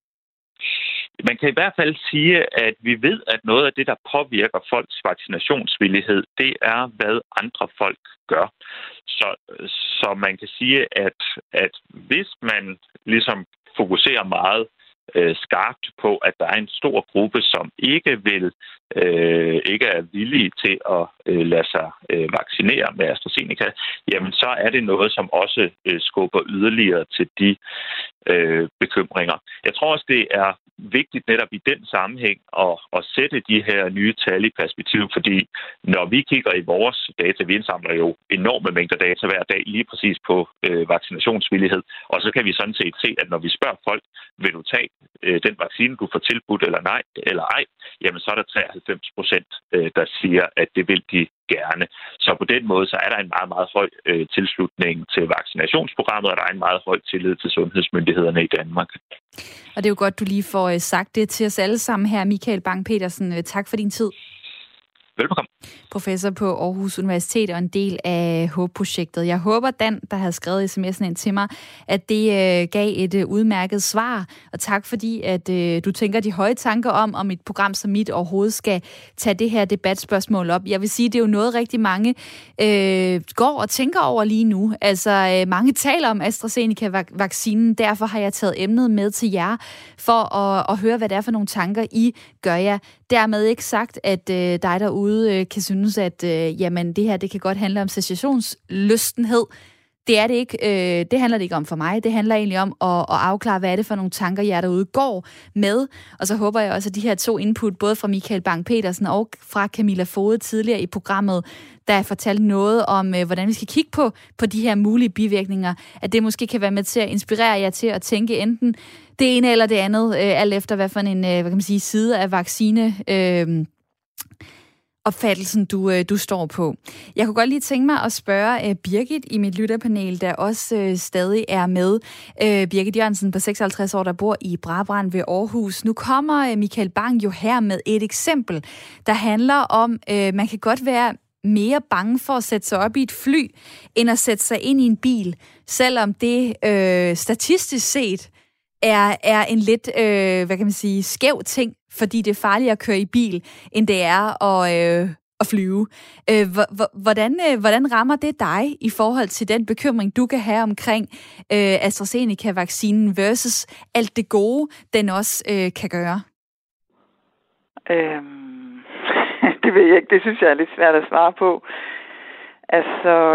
Man kan i hvert fald sige, at vi ved, at noget af det, der påvirker folks vaccinationsvillighed, det er, hvad andre folk gør. Så man kan sige, at hvis man ligesom fokuserer meget skarpt på, at der er en stor gruppe, som ikke er villige til at lade sig vaccinere med AstraZeneca, jamen så er det noget, som også skubber yderligere til de bekymringer. Jeg tror også, det er vigtigt netop i den sammenhæng at sætte de her nye tal i perspektiv, fordi når vi kigger i vores data, vi indsamler jo enorme mængder data hver dag lige præcis på vaccinationsvillighed, og så kan vi sådan set se, at når vi spørger folk, vil du tage den vaccine, du får tilbudt eller ej, jamen så er der 93%, der siger, at det vil de gerne. Så på den måde, så er der en meget, meget høj tilslutning til vaccinationsprogrammet, og der er en meget høj tillid til sundhedsmyndighederne i Danmark. Og det er jo godt, du lige får sagt det til os alle sammen her, Michael Bang-Petersen. Tak for din tid. Velbekomme. Professor på Aarhus Universitet og en del af HOPE-projektet. Jeg håber, Dan, der havde skrevet sms'en ind til mig, at det gav et udmærket svar. Og tak fordi, at du tænker de høje tanker om et program som mit overhovedet skal tage det her debatspørgsmål op. Jeg vil sige, det er jo noget rigtig mange går og tænker over lige nu. Altså, mange taler om AstraZeneca-vaccinen, derfor har jeg taget emnet med til jer, for at høre, hvad det er for nogle tanker, I gør jer. Dermed ikke sagt, at dig derude kan synes, at jamen, det her det kan godt handle om sensationslystenhed. Det er det ikke. Det handler det ikke om for mig. Det handler egentlig om at afklare, hvad er det for nogle tanker, jeg derude går med. Og så håber jeg også, at de her to input, både fra Michael Bang-Petersen og fra Camilla Fode tidligere i programmet, der fortalte noget om, hvordan vi skal kigge på de her mulige bivirkninger, at det måske kan være med til at inspirere jer til at tænke enten det ene eller det andet, alt efter hvad for en hvad kan man sige, side af vaccine opfattelsen, du står på. Jeg kunne godt lige tænke mig at spørge Birgit i mit lytterpanel, der også stadig er med. Birgit Jørgensen på 56 år, der bor i Brabrand ved Aarhus. Nu kommer Michael Bang jo her med et eksempel, der handler om, man kan godt være mere bange for at sætte sig op i et fly, end at sætte sig ind i en bil, selvom det statistisk set er en lidt, hvad kan man sige, skæv ting, fordi det er farligere at køre i bil, end det er at flyve. Hvordan rammer det dig i forhold til den bekymring, du kan have omkring AstraZeneca-vaccinen versus alt det gode, den også kan gøre? Det ved jeg ikke. Det synes jeg er lidt svært at svare på. Altså,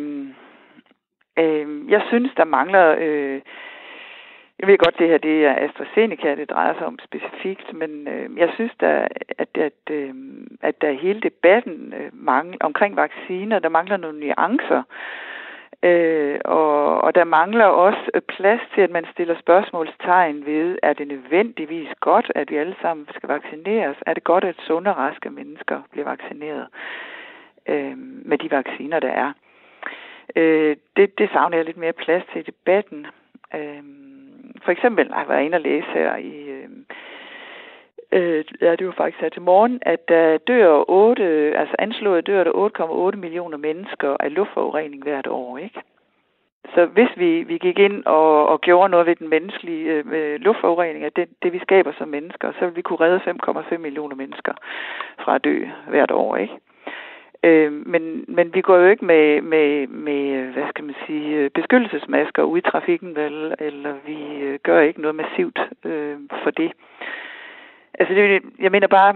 jeg synes, der mangler... jeg ved godt, det her det er AstraZeneca, det drejer sig om specifikt, men jeg synes, at der hele debatten omkring vacciner, der mangler nogle nuancer. Og der mangler også plads til, at man stiller spørgsmålstegn ved, er det nødvendigvis godt, at vi alle sammen skal vaccineres? Er det godt, at sunde og raske mennesker bliver vaccineret med de vacciner, der er? Det savner jeg lidt mere plads til i debatten. For eksempel har jeg været inde og læse her i... det var faktisk her til morgen, at der dør anslået dør der 8,8 millioner mennesker af luftforurening hvert år, ikke? Så hvis vi gik ind og gjorde noget ved den menneskelige luftforurening, af det vi skaber som mennesker, så ville vi kunne redde 5,5 millioner mennesker fra at dø hvert år, ikke? Men vi går jo ikke med hvad skal man sige, beskyttelsesmasker ude i trafikken, vel? Eller vi gør ikke noget massivt for det. Altså, jeg mener bare,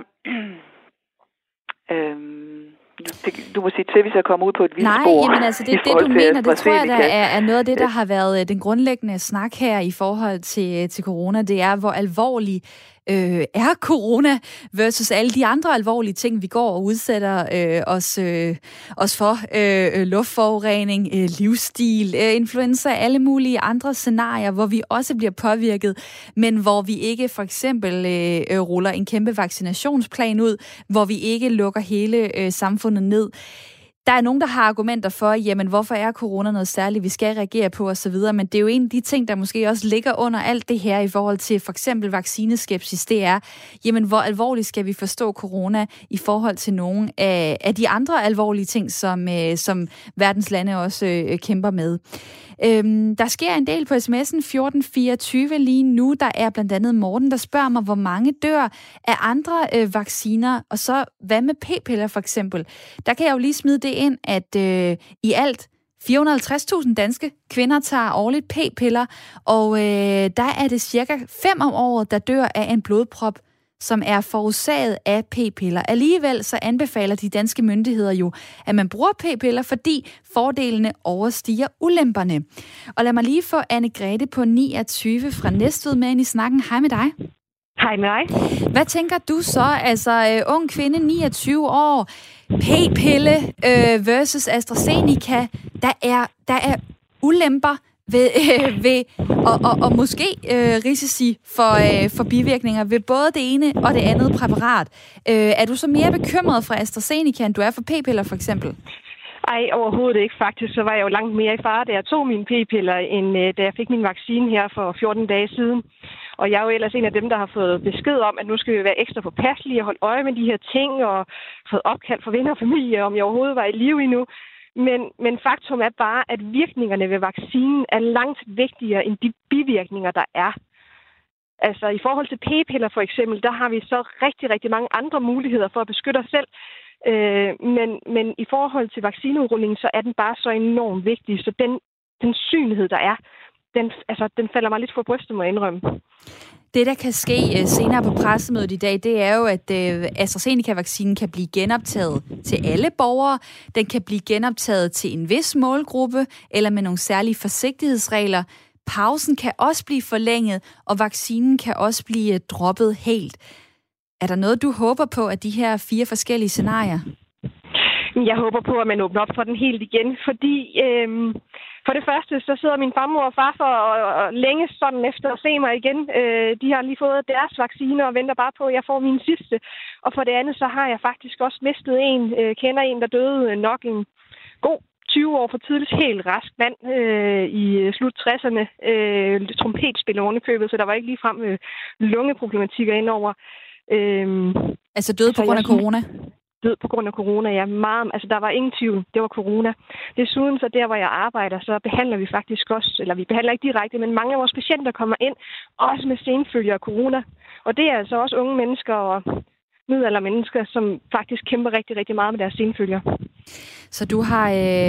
du må sige til, hvis jeg kommer ud på et vildt spor. Nej, jamen altså, det du mener, det tror jeg, der er noget af det, der har været den grundlæggende snak her i forhold til corona. Det er, hvor alvorlig er corona versus alle de andre alvorlige ting, vi går og udsætter os for. Luftforurening, livsstil, influenza, alle mulige andre scenarier, hvor vi også bliver påvirket, men hvor vi ikke for eksempel ruller en kæmpe vaccinationsplan ud, hvor vi ikke lukker hele samfundet ned. Der er nogen, der har argumenter for, jamen hvorfor er corona noget særligt, vi skal reagere på osv., men det er jo en af de ting, der måske også ligger under alt det her i forhold til for eksempel vaccineskepsis, det er, jamen hvor alvorligt skal vi forstå corona i forhold til nogle af de andre alvorlige ting, som verdens lande også kæmper med. Der sker en del på sms'en 1424 lige nu. Der er blandt andet Morten, der spørger mig, hvor mange dør af andre vacciner, og så hvad med p-piller for eksempel. Der kan jeg jo lige smide det ind, at i alt 450.000 danske kvinder tager årligt p-piller, og der er det cirka 5 om året, der dør af en blodprop, som er forårsaget af p-piller. Alligevel så anbefaler de danske myndigheder jo, at man bruger p-piller, fordi fordelene overstiger ulemperne. Og lad mig lige få Anne-Grethe på 29 fra Næstved med ind i snakken. Hej med dig. Hej med dig. Hvad tænker du så? Altså, ung kvinde, 29 år, p-pille versus AstraZeneca. Der er ulemper ved og måske risici for bivirkninger ved både det ene og det andet præparat. Er du så mere bekymret for AstraZeneca, end du er for p-piller for eksempel? Ej, overhovedet ikke. Faktisk så var jeg jo langt mere i fare, da jeg tog mine p-piller, end da jeg fik min vaccine her for 14 dage siden. Og jeg er jo ellers en af dem, der har fået besked om, at nu skal vi være ekstra påpasselige og holde øje med de her ting, og fået opkald fra venner og familie, om jeg overhovedet var i live endnu. Men faktum er bare, at virkningerne ved vaccinen er langt vigtigere end de bivirkninger, der er. Altså i forhold til p-piller for eksempel, der har vi så rigtig, rigtig mange andre muligheder for at beskytte os selv. Men i forhold til vaccineudrulningen, så er den bare så enormt vigtig. Så den synlighed, der er, den falder mig lidt for brystet, må jeg indrømme. Det, der kan ske senere på pressemødet i dag, det er jo, at AstraZeneca-vaccinen kan blive genoptaget til alle borgere. Den kan blive genoptaget til en vis målgruppe, eller med nogle særlige forsigtighedsregler. Pausen kan også blive forlænget, og vaccinen kan også blive droppet helt. Er der noget, du håber på af de her 4 forskellige scenarier? Jeg håber på, at man åbner op for den helt igen, fordi for det første, så sidder min farmor og farfar og længe sådan efter at se mig igen. De har lige fået deres vacciner og venter bare på, at jeg får min sidste. Og for det andet, så har jeg faktisk også mistet kender en, der døde nok en god 20 år for tidligt, helt rask mand i slut 60'erne. Trompetspiller ovenikøbet, så der var ikke ligefrem lungeproblematikker indover. Altså døde på grund af corona? Død på grund af corona, ja. Altså, der var ingen tvivl. Det var corona. Desuden, så der, hvor jeg arbejder, så behandler vi faktisk også, eller vi behandler ikke direkte, men mange af vores patienter kommer ind, også med senfølger af corona. Og det er altså også unge mennesker og middelaldermennesker, som faktisk kæmper rigtig, rigtig meget med deres senfølger. Så du har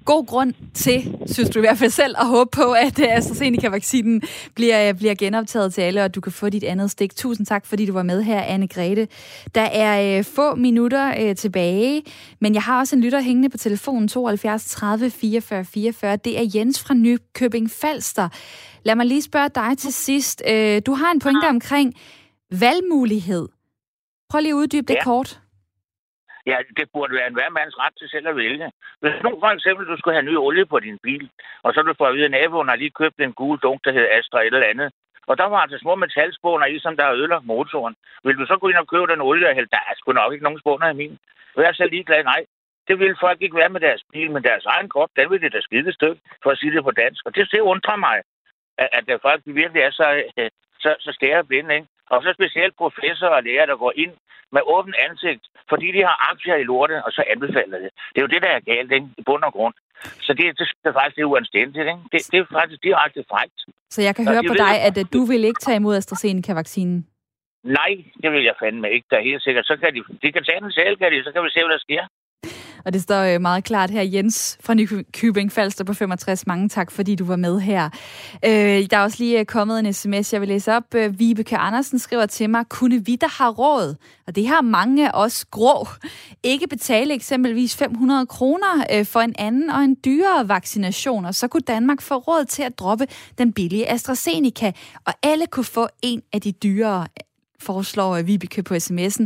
god grund til, synes du i hvert fald selv, at håbe på, at AstraZeneca-vaccinen bliver genoptaget til alle, og du kan få dit andet stik. Tusind tak, fordi du var med her, Anne-Grethe. Der er få minutter tilbage, men jeg har også en lytter hængende på telefonen 72 30 44 44. Det er Jens fra Nykøbing Falster. Lad mig lige spørge dig til sidst. Du har en pointe omkring valgmulighed. Prøv lige at uddybe det kort. Ja, det burde være en hver mands ret til selv at vælge. Hvis nu for eksempel, du skulle have ny olie på din bil, og så du får at vide, at naboen har lige købt en gul dunk, der hedder Astra eller andet, og der var altså små metalspåner i, som der har ødelagt motoren. Vil du så gå ind og købe den olie og hælde? Der er sgu nok ikke nogen spåner i min. Jeg er selv ligeglad, nej. Det vil folk ikke være med deres bil, men deres egen krop, den vil det da skide stykke, for at sige det på dansk. Og det undrer mig, at folk virkelig er så stæreblinde, ikke? Og så specielt professorer og læger, der går ind med åbent ansigt, fordi de har aktier i lortet, og så anbefaler det. Det er jo det, der er galt, ikke? I bund og grund. Så det er faktisk det uanstændigt, ikke? Det er faktisk direkte frækt. Så jeg kan høre på dig, at du vil ikke tage imod AstraZeneca-vaccinen? Nej, det vil jeg fandme ikke. Der er helt sikkert. Så kan de kan tage den selv, så kan vi se, hvad der sker. Og det står meget klart her. Jens fra Nykøbing Falster på 65. Mange tak, fordi du var med her. Der er også lige kommet en sms, jeg vil læse op. Vibeke Andersen skriver til mig, kunne vi, der har råd, og det har mange af os grå, ikke betale eksempelvis 500 kroner for en anden og en dyrere vaccination, og så kunne Danmark få råd til at droppe den billige AstraZeneca, og alle kunne få en af de dyrere, foreslår Vibeke på sms'en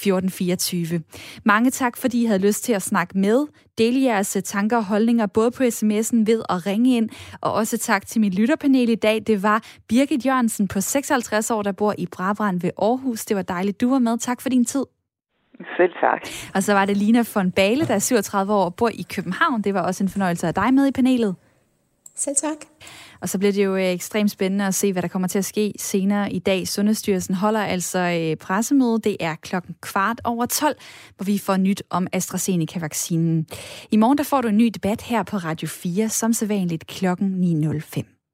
1424. Mange tak, fordi I havde lyst til at snakke med. Del jeres tanker og holdninger både på sms'en ved at ringe ind, og også tak til mit lytterpanel i dag. Det var Birgit Jørgensen på 56 år, der bor i Brabrand ved Aarhus. Det var dejligt, du var med. Tak for din tid. Selv tak. Og så var det Lina von Bale, der er 37 år og bor i København. Det var også en fornøjelse af dig med i panelet. Selv tak. Og så bliver det jo ekstremt spændende at se, hvad der kommer til at ske senere i dag. Sundhedsstyrelsen holder altså pressemøde. Det er 12:15, hvor vi får nyt om AstraZeneca-vaccinen. I morgen der får du en ny debat her på Radio 4, som sædvanligt 9:05.